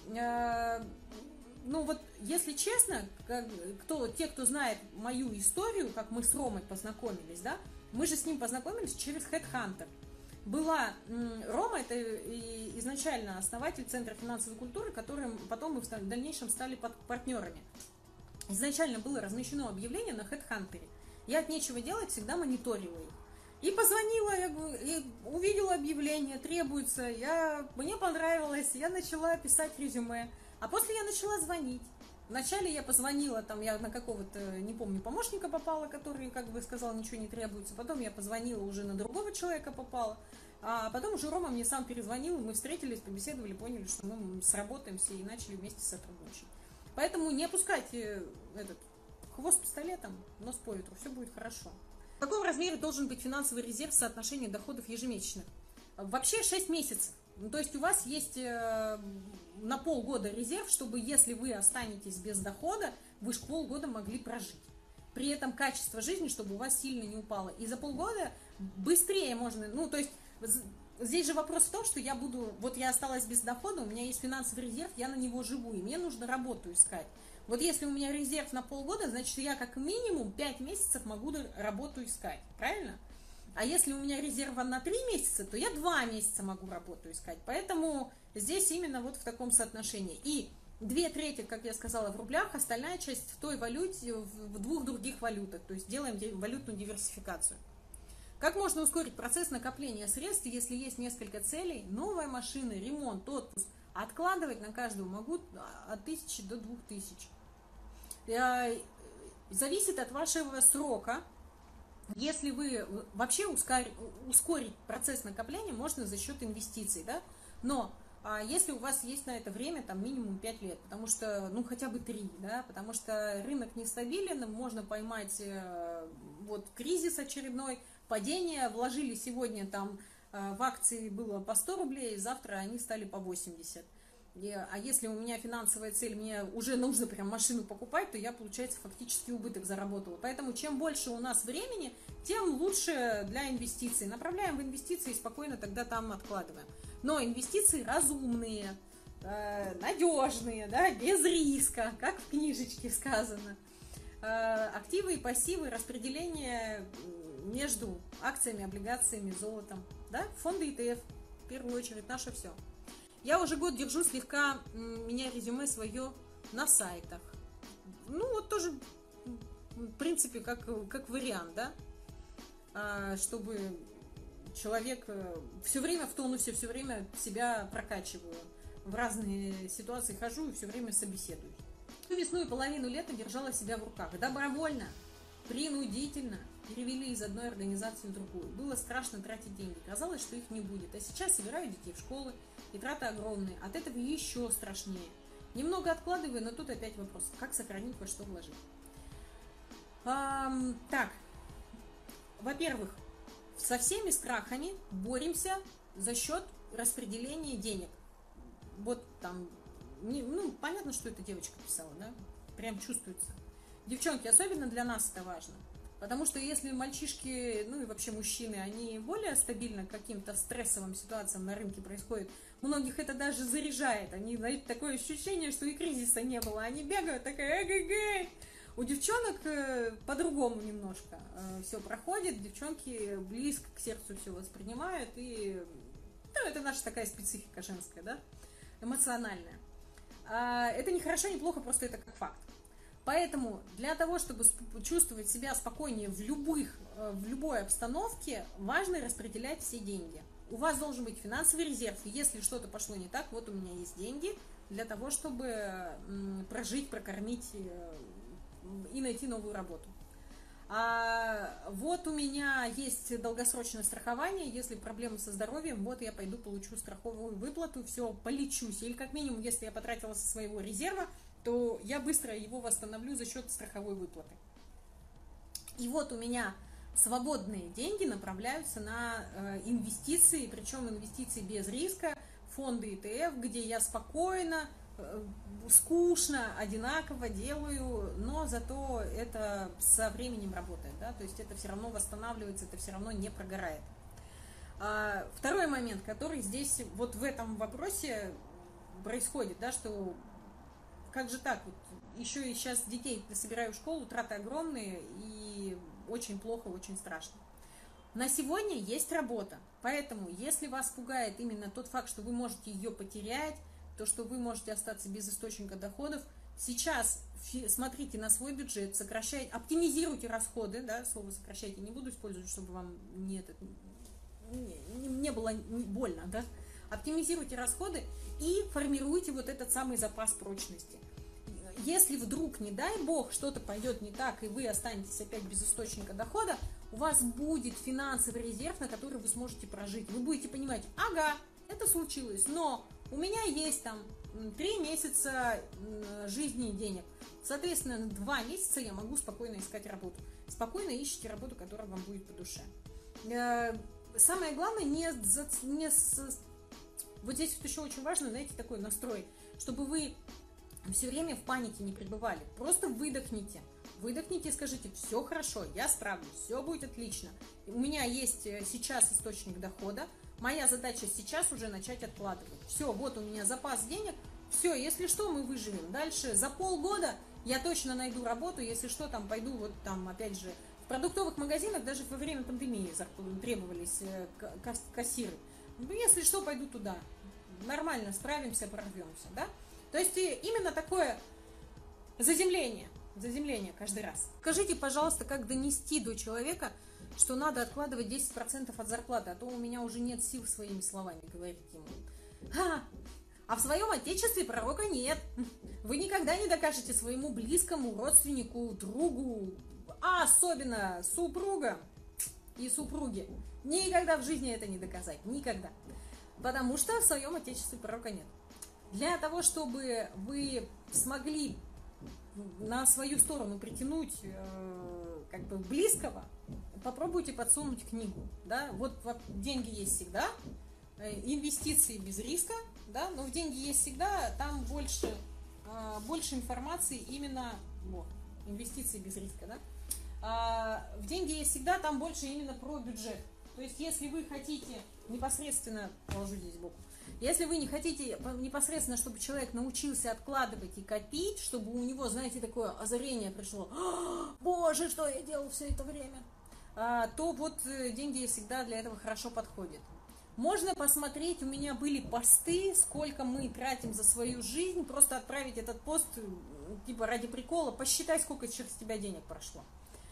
S2: Ну вот, если честно, кто, те, кто знает мою историю, как мы с Ромой познакомились, да, мы же с ним познакомились через HeadHunter. Была Рома, это изначально основатель Центра финансовой культуры, которым потом мы в дальнейшем стали партнерами. Изначально было размещено объявление на HeadHunter. Я от нечего делать всегда мониторила их. И позвонила, я говорю, и увидела объявление, требуется, я, мне понравилось, я начала писать резюме, а после я начала звонить. Вначале я позвонила, там я на какого-то, не помню, помощника попала, который, как бы сказал, ничего не требуется, потом я позвонила, уже на другого человека попала, а потом уже Рома мне сам перезвонил, мы встретились, побеседовали, поняли, что мы сработаемся и начали вместе сотрудничать. Поэтому не опускайте этот хвост пистолетом, нос по ветру, все будет хорошо. В каком размере должен быть финансовый резерв в соотношении доходов ежемесячных? Вообще шесть месяцев. Ну, то есть у вас есть э, на полгода резерв, чтобы если вы останетесь без дохода, вы же полгода могли прожить. При этом качество жизни, чтобы у вас сильно не упало. И за полгода быстрее можно, ну то есть здесь же вопрос в том, что я буду, вот я осталась без дохода, у меня есть финансовый резерв, я на него живу, и мне нужно работу искать. Вот если у меня резерв на полгода, значит, я как минимум пять месяцев могу работу искать, правильно? А если у меня резерва на три месяца, то я два месяца могу работу искать. Поэтому здесь именно вот в таком соотношении. И две трети, как я сказала, в рублях, остальная часть в той валюте, в двух других валютах. То есть делаем валютную диверсификацию. Как можно ускорить процесс накопления средств, если есть несколько целей? Новая машина, ремонт, отпуск. Откладывать на каждую могу от тысячи до двух тысяч. Зависит от вашего срока. Если вы вообще ускорить процесс накопления, можно за счет инвестиций, да? Но а если у вас есть на это время, там минимум пять лет, потому что, ну хотя бы три, да, потому что рынок нестабилен, можно поймать вот кризис очередной, падение, вложили сегодня там в акции было по сто рублей, завтра они стали по восемьдесят. А если у меня финансовая цель, мне уже нужно прям машину покупать, то я, получается, фактически убыток заработала. Поэтому чем больше у нас времени, тем лучше для инвестиций. Направляем в инвестиции и спокойно тогда там откладываем. Но инвестиции разумные, э, надежные, да, без риска, как в книжечке сказано. Э, активы и пассивы, распределение между акциями, облигациями, золотом. Да? Фонды и тэ эф, в первую очередь, наше все. Я уже год держу слегка, меня резюме свое на сайтах. Ну, вот тоже, в принципе, как, как вариант, да, а, чтобы человек все время в тонусе, все время себя прокачиваю. В разные ситуации хожу и все время собеседуюсь. Всю весну и половину лета держала себя в руках. Добровольно, принудительно перевели из одной организации в другую. Было страшно тратить деньги. Казалось, что их не будет. А сейчас собираю детей в школы. И траты огромные. От этого еще страшнее. Немного откладываю, но тут опять вопрос. Как сохранить, во что вложить? Эм, так. Во-первых, со всеми страхами боремся за счет распределения денег. Вот там, не, ну, понятно, что эта девочка писала, да? Прям чувствуется. Девчонки, особенно для нас это важно. Потому что если мальчишки, ну и вообще мужчины, они более стабильно к каким-то стрессовым ситуациям на рынке происходят, многих это даже заряжает. Они дают такое ощущение, что и кризиса не было. Они бегают, такая эгэгэй. У девчонок э, по-другому немножко э, все проходит. Девчонки близко к сердцу все воспринимают. И ну, это наша такая специфика женская, да, эмоциональная. А, это не хорошо, не плохо, просто это как факт. Поэтому для того, чтобы чувствовать себя спокойнее в, любых, в любой обстановке, важно распределять все деньги. У вас должен быть финансовый резерв. Если что-то пошло не так, вот у меня есть деньги для того, чтобы прожить, прокормить и найти новую работу. А вот у меня есть долгосрочное страхование. Если проблемы со здоровьем, вот я пойду получу страховую выплату, все, полечусь. Или как минимум, если я потратила со своего резерва, то я быстро его восстановлю за счет страховой выплаты. И вот у меня свободные деньги направляются на э, инвестиции, причем инвестиции без риска, фонды и тэ эф, где я спокойно, э, скучно, одинаково делаю, но зато это со временем работает, да, то есть это все равно восстанавливается, это все равно не прогорает. А, второй момент, который здесь вот в этом вопросе происходит, да, что как же так, вот, еще и сейчас детей собираю в школу, траты огромные и очень плохо, очень страшно. На сегодня есть работа, поэтому если вас пугает именно тот факт, что вы можете ее потерять, то, что вы можете остаться без источника доходов, сейчас смотрите на свой бюджет, сокращайте, оптимизируйте расходы, да, слово сокращайте не буду использовать, чтобы вам не, это, не, не было больно, да, оптимизируйте расходы и формируйте вот этот самый запас прочности. Если вдруг, не дай бог, что-то пойдет не так, и вы останетесь опять без источника дохода, у вас будет финансовый резерв, на который вы сможете прожить. Вы будете понимать, ага, это случилось, но у меня есть там три месяца жизни и денег. Соответственно, на два месяца я могу спокойно искать работу. Спокойно ищите работу, которая вам будет по душе. Самое главное, не, за, не с... вот здесь вот еще очень важно, знаете, такой настрой, чтобы вы все время в панике не пребывали. Просто выдохните. Выдохните и скажите, все хорошо, я справлюсь, все будет отлично. У меня есть сейчас источник дохода, моя задача сейчас уже начать откладывать. Все, вот у меня запас денег, все, если что, мы выживем. Дальше за полгода я точно найду работу, если что, там пойду, вот там, опять же, в продуктовых магазинах даже во время пандемии требовались кассиры. Если что, пойду туда. Нормально справимся, прорвемся, да? То есть именно такое заземление, заземление каждый раз. Скажите, пожалуйста, как донести до человека, что надо откладывать десять процентов от зарплаты, а то у меня уже нет сил своими словами говорить ему. Ха! А в своем отечестве пророка нет. Вы никогда не докажете своему близкому родственнику, другу, а особенно супругам и супруге. Никогда в жизни это не доказать. Никогда. Потому что в своем отечестве пророка нет. Для того, чтобы вы смогли на свою сторону притянуть э, как бы близкого, попробуйте подсунуть книгу. Да? Вот, вот деньги есть всегда, э, инвестиции без риска, да? Но в деньги есть всегда, там больше, э, больше информации именно, вот, инвестиции без риска. Да? А, в деньги есть всегда, там больше именно про бюджет. То есть, если вы хотите непосредственно, положу здесь сбоку, если вы не хотите непосредственно, чтобы человек научился откладывать и копить, чтобы у него, знаете, такое озарение пришло, боже, что я делал все это время, то вот деньги всегда для этого хорошо подходят. Можно посмотреть, у меня были посты, сколько мы тратим за свою жизнь, просто отправить этот пост, типа ради прикола, посчитай, сколько через тебя денег прошло.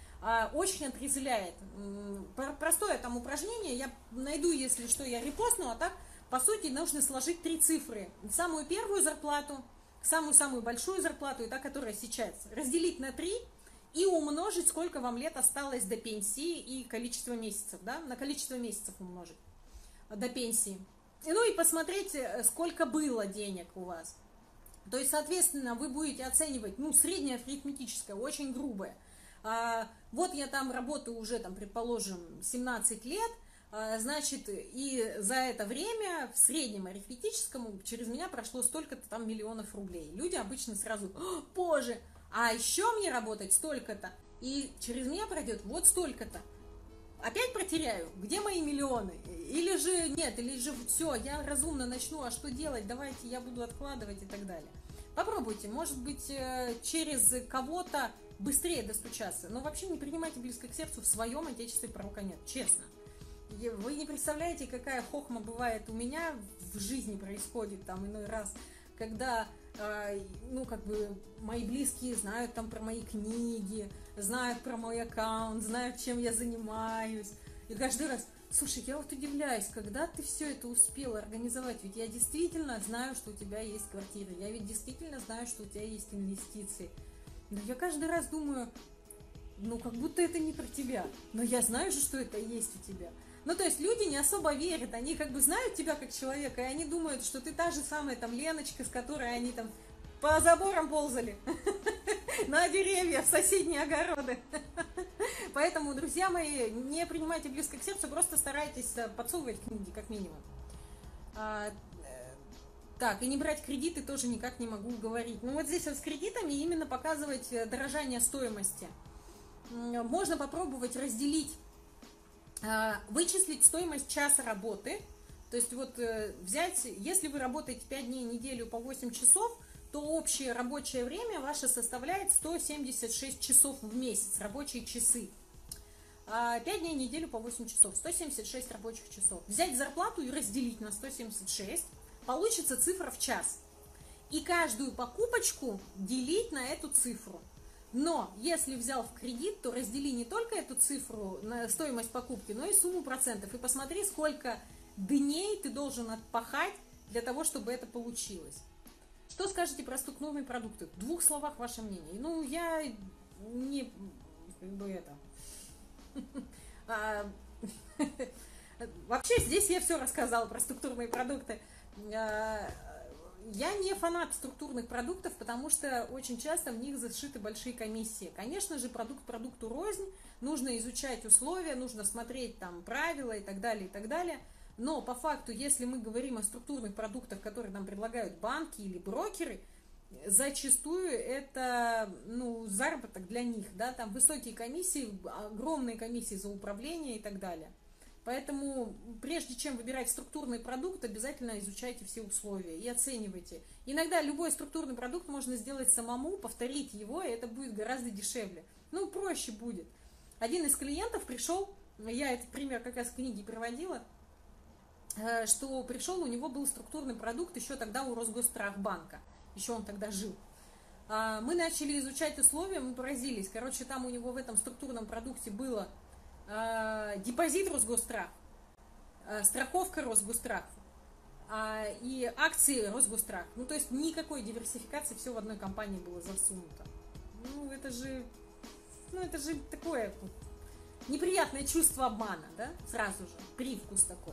S2: Очень отрезвляет. Простое там упражнение, я найду, если что, я репостну, а так, по сути, нужно сложить три цифры. Самую первую зарплату, самую-самую большую зарплату, и та, которая сейчас, разделить на три и умножить, сколько вам лет осталось до пенсии и количество месяцев, да, на количество месяцев умножить до пенсии. Ну и посмотреть, сколько было денег у вас. То есть, соответственно, вы будете оценивать, ну, среднее арифметическое, очень грубое. А, вот я там работаю уже, там, предположим, семнадцать лет, а, значит, и за это время в среднем арифметическом через меня прошло столько-то там миллионов рублей. Люди обычно сразу, боже, а еще мне работать столько-то, и через меня пройдет вот столько-то. Опять протеряю, где мои миллионы? Или же нет, или же все, я разумно начну, а что делать, давайте я буду откладывать и так далее. Попробуйте, может быть, через кого-то быстрее достучаться, но вообще не принимайте близко к сердцу, в своем отечестве пророка нет, честно. Вы не представляете, какая хохма бывает у меня в жизни происходит там иной раз, когда, э, ну, как бы, мои близкие знают там про мои книги, знают про мой аккаунт, знают, чем я занимаюсь. И каждый раз, слушай, я вот удивляюсь, когда ты все это успела организовать, ведь я действительно знаю, что у тебя есть квартира, я ведь действительно знаю, что у тебя есть инвестиции. Но я каждый раз думаю, ну, как будто это не про тебя, но я знаю же, что это есть у тебя. Ну, то есть люди не особо верят, они как бы знают тебя как человека, и они думают, что ты та же самая там Леночка, с которой они там по заборам ползали, на деревья, в соседние огороды. Поэтому, друзья мои, не принимайте близко к сердцу, просто старайтесь подсовывать книги, как минимум. Так, и не брать кредиты тоже никак не могу говорить. Ну, вот здесь вот с кредитами именно показывать дорожание стоимости. Можно попробовать разделить, вычислить стоимость часа работы, то есть вот взять, если вы работаете пять дней в неделю по восемь часов, то общее рабочее время ваше составляет сто семьдесят шесть часов в месяц, рабочие часы. пять дней в неделю по восемь часов, сто семьдесят шесть рабочих часов. Взять зарплату и разделить на сто семьдесят шесть, получится цифра в час. и каждую покупочку делить на эту цифру. Но если взял в кредит, то раздели не только эту цифру на стоимость покупки, но и сумму процентов. И посмотри, сколько дней ты должен отпахать для того, чтобы это получилось. Что скажете про структурные продукты? В двух словах ваше мнение. Ну, я не... Как бы это... Вообще, здесь я все рассказала про структурные продукты. Я не фанат структурных продуктов, потому что очень часто в них зашиты большие комиссии. Конечно же, продукт продукту рознь, нужно изучать условия, нужно смотреть там правила и так далее, и так далее. Но по факту, если мы говорим о структурных продуктах, которые нам предлагают банки или брокеры, зачастую это, ну, заработок для них, да, там высокие комиссии, огромные комиссии за управление и так далее. Поэтому, прежде чем выбирать структурный продукт, обязательно изучайте все условия и оценивайте. Иногда любой структурный продукт можно сделать самому, повторить его, и это будет гораздо дешевле. Ну, проще будет. Один из клиентов пришел, я этот пример как раз в книге приводила, что пришел, у него был структурный продукт еще тогда у Росгосстрахбанка, еще он тогда жил. Мы начали изучать условия, мы поразились. Короче, там у него в этом структурном продукте было депозит Росгосстрах, страховка Росгосстрах и акции Росгосстрах. Ну, то есть никакой диверсификации, все в одной компании было засунуто. Ну, это же, ну, это же такое неприятное чувство обмана, да, сразу же, привкус такой.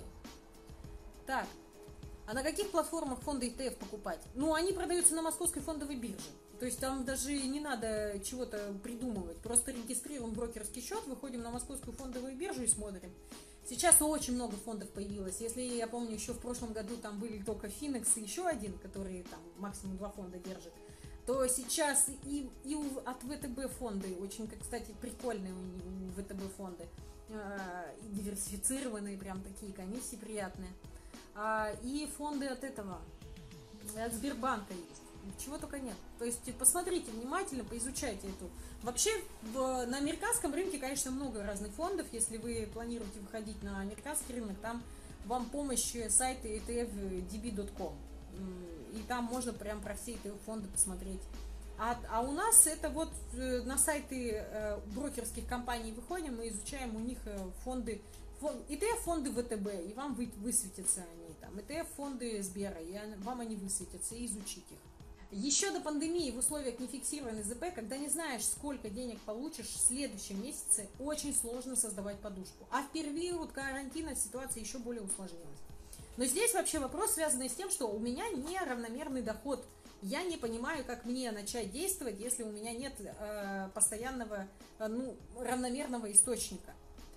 S2: Так, а на каких платформах фонды и тэ эф покупать? Ну, они продаются на Московской фондовой бирже. То есть там даже не надо чего-то придумывать. Просто регистрируем брокерский счет, выходим на Московскую фондовую биржу и смотрим. Сейчас очень много фондов появилось. Если я помню, еще в прошлом году там были только Финекс и еще один, который там максимум два фонда держит, то сейчас и, и у, от вэ тэ бэ фонды, очень, кстати, прикольные у, у вэ тэ бэ фонды, э, диверсифицированные, прям такие комиссии приятные. А, и фонды от этого, от Сбербанка есть. Чего только нет. То есть посмотрите внимательно, поизучайте эту. Вообще в, на американском рынке, конечно, много разных фондов. Если вы планируете выходить на американский рынок, там вам помощь сайты и тэ эф ди би точка ком. И там можно прям про все и тэ эф-фонды посмотреть. А, а у нас это вот на сайты э, брокерских компаний выходим и изучаем у них фонды, фонд, и тэ эф-фонды вэ тэ бэ, и вам вы, высветятся они там. и тэ эф-фонды Сбера, и вам они высветятся, и изучить их. Еще до пандемии в условиях нефиксированной зэ пэ, когда не знаешь, сколько денег получишь в следующем месяце, очень сложно создавать подушку. А в период карантина ситуация еще более усложнилась. Но здесь вообще вопрос, связанный с тем, что у меня неравномерный доход. Я не понимаю, как мне начать действовать, если у меня нет э, постоянного, э, ну, равномерного источника.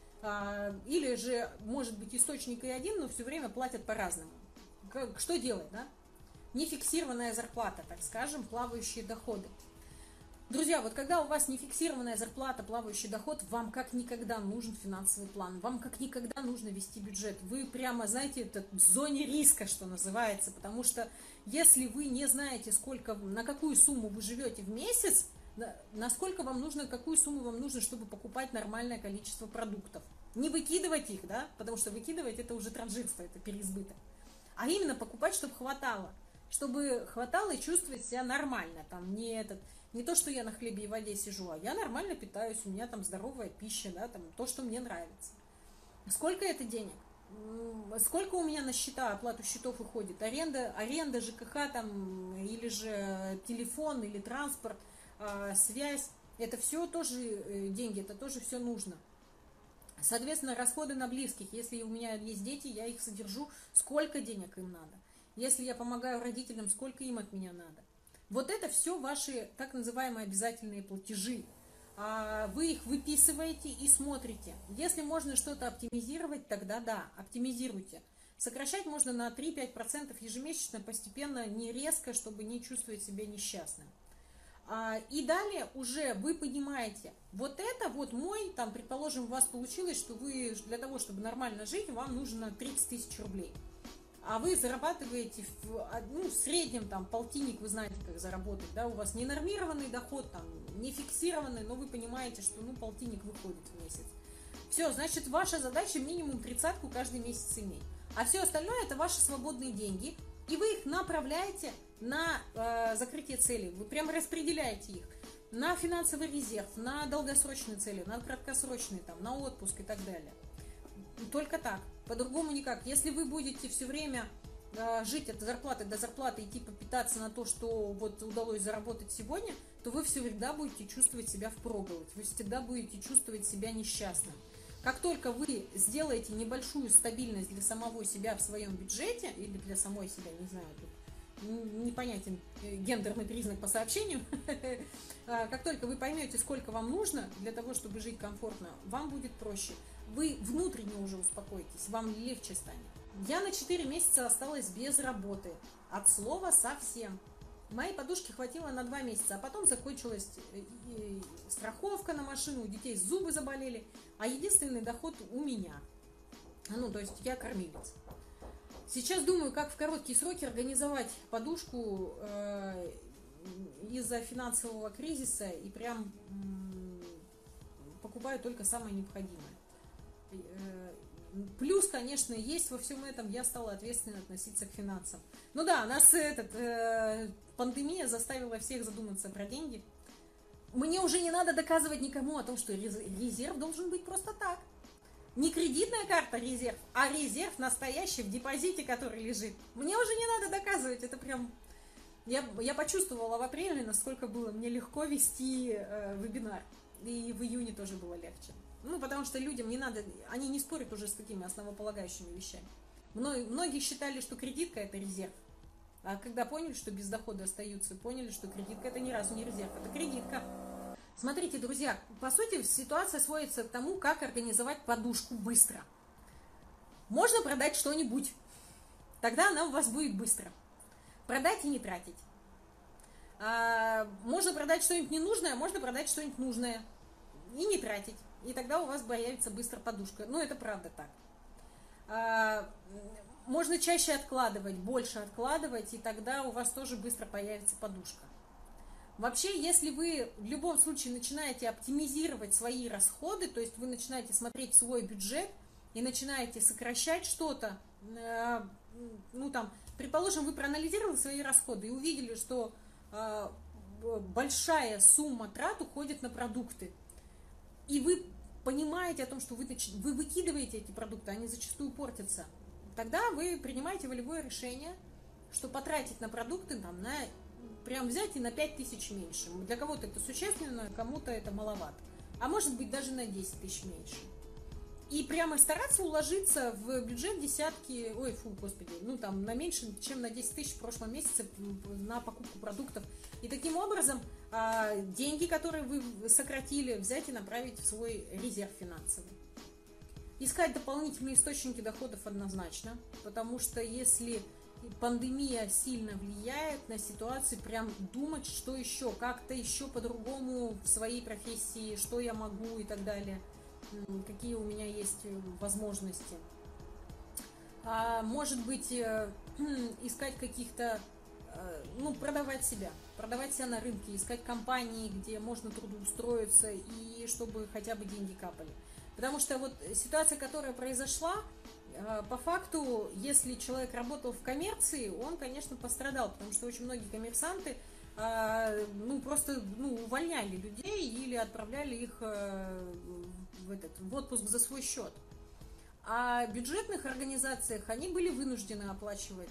S2: Э, или же, может быть, источник и один, но все время платят по-разному. Как, что делать, да? Нефиксированная зарплата, так скажем, плавающие доходы. Друзья, вот когда у вас нефиксированная зарплата, плавающий доход, вам как никогда нужен финансовый план, вам как никогда нужно вести бюджет. Вы прямо, знаете, это в зоне риска, что называется, потому что если вы не знаете, сколько, на какую сумму вы живете в месяц, насколько вам нужно, какую сумму вам нужно, чтобы покупать нормальное количество продуктов. Не выкидывать их, да, потому что выкидывать это уже транжирство, это переизбыток, а именно покупать, чтобы хватало. Чтобы хватало и чувствовать себя нормально. Там не, этот, не то, что я на хлебе и воде сижу, а я нормально питаюсь, у меня там здоровая пища, да, там, то, что мне нравится. Сколько это денег? Сколько у меня на счета, оплату счетов уходит? Аренда, аренда жэ ка ха там, или же телефон, или транспорт, связь. Это все тоже деньги, это тоже все нужно. Соответственно, расходы на близких. Если у меня есть дети, я их содержу, сколько денег им надо? Если я помогаю родителям, сколько им от меня надо? Вот это все ваши так называемые обязательные платежи. Вы их выписываете и смотрите. Если можно что-то оптимизировать, тогда да, оптимизируйте. Сокращать можно на три-пять процентов ежемесячно, постепенно, не резко, чтобы не чувствовать себя несчастным. И далее уже вы понимаете, вот это вот мой, там, предположим, у вас получилось, что вы для того, чтобы нормально жить, вам нужно тридцать тысяч рублей. А вы зарабатываете в, ну, в среднем там полтинник, вы знаете, как заработать, да, у вас не нормированный доход, там, не фиксированный, но вы понимаете, что, ну, полтинник выходит в месяц. Все, значит, ваша задача минимум тридцатку каждый месяц иметь. А все остальное это ваши свободные деньги, и вы их направляете на э, закрытие целей, вы прям распределяете их на финансовый резерв, на долгосрочные цели, на краткосрочные, там, на отпуск и так далее. Только так, по-другому никак. Если вы будете все время э, жить от зарплаты до зарплаты и типа питаться на то, что вот удалось заработать сегодня, то вы всегда будете чувствовать себя впроголодь, вы всегда будете чувствовать себя несчастным. Как только вы сделаете небольшую стабильность для самого себя в своем бюджете, или для самой себя, не знаю, тут непонятен гендерный признак по сообщению, как только вы поймете, сколько вам нужно для того, чтобы жить комфортно, вам будет проще. Вы внутренне уже успокоитесь, вам легче станет. Я на четыре месяца осталась без работы, от слова совсем. Моей подушки хватило на два месяца, а потом закончилась страховка на машину, у детей зубы заболели, а единственный доход у меня. Ну, то есть я кормилец. Сейчас думаю, как в короткие сроки организовать подушку э, из-за финансового кризиса и прям м, покупаю только самое необходимое. Э, плюс, конечно, есть во всем этом, я стала ответственно относиться к финансам. Ну да, нас этот, э, пандемия заставила всех задуматься про деньги. Мне уже не надо доказывать никому о том, что резерв должен быть просто так. Не кредитная карта резерв, а резерв настоящий в депозите, который лежит. Мне уже не надо доказывать, это прям... Я, я почувствовала в апреле, насколько было мне легко вести э, вебинар. И в июне тоже было легче. Ну, потому что людям не надо... Они не спорят уже с такими основополагающими вещами. Многие считали, что кредитка – это резерв. А когда поняли, что без дохода остаются, поняли, что кредитка – это ни разу не резерв, это кредитка. Смотрите, друзья, по сути ситуация сводится к тому, как организовать подушку быстро. Можно продать что-нибудь, тогда она у вас будет быстро. Продать и не тратить. А, можно продать что-нибудь ненужное, можно продать что-нибудь нужное и не тратить. И тогда у вас появится быстро подушка. Ну, это правда так. А, можно чаще откладывать, больше откладывать, и тогда у вас тоже быстро появится подушка. Вообще, если вы в любом случае начинаете оптимизировать свои расходы, то есть вы начинаете смотреть свой бюджет и начинаете сокращать что-то, э, ну там, предположим, вы проанализировали свои расходы и увидели, что э, большая сумма трат уходит на продукты, и вы понимаете о том, что вы, вы выкидываете эти продукты, они зачастую портятся, тогда вы принимаете волевое решение, что потратить на продукты, там, на... прям взять и на пять тысяч меньше. Для кого-то это существенно, кому-то это маловато. А может быть даже на десять тысяч меньше. И прямо стараться уложиться в бюджет десятки, ой, фу, господи, ну там на меньше, чем на десять тысяч в прошлом месяце на покупку продуктов. И таким образом деньги, которые вы сократили, взять и направить в свой резерв финансовый. Искать дополнительные источники доходов однозначно, потому что если пандемия сильно влияет на ситуацию, прям думать, что еще, как-то еще по-другому в своей профессии, что я могу и так далее, какие у меня есть возможности. А, может быть, искать каких-то, ну, продавать себя, продавать себя на рынке, искать компании, где можно трудоустроиться и чтобы хотя бы деньги капали. Потому что вот ситуация, которая произошла, по факту, если человек работал в коммерции, он, конечно, пострадал, потому что очень многие коммерсанты ну, просто ну, увольняли людей или отправляли их в, этот, в отпуск за свой счет. А в бюджетных организациях они были вынуждены оплачивать,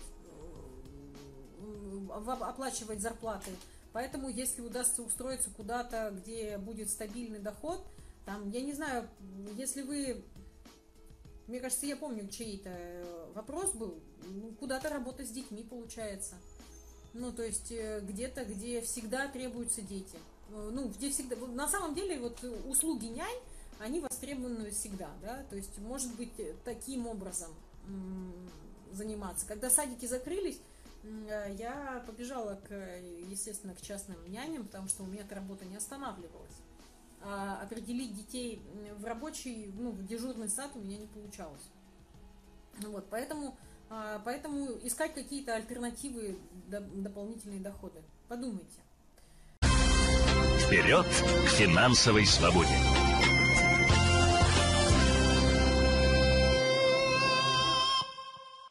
S2: оплачивать зарплаты. Поэтому, если удастся устроиться куда-то, где будет стабильный доход, там, я не знаю, если вы... Мне кажется, я помню, чей-то вопрос был, куда-то работать с детьми получается. Ну, то есть, где-то, где всегда требуются дети. Ну, где всегда... На самом деле, вот услуги нянь, они востребованы всегда, да, то есть, может быть, таким образом заниматься. Когда садики закрылись, я побежала, к, естественно, к частным няням, потому что у меня эта работа не останавливалась. А определить детей в рабочий, ну, в дежурный сад у меня не получалось. Вот, поэтому, поэтому искать какие-то альтернативы, дополнительные доходы. Подумайте.
S1: Вперед к финансовой свободе!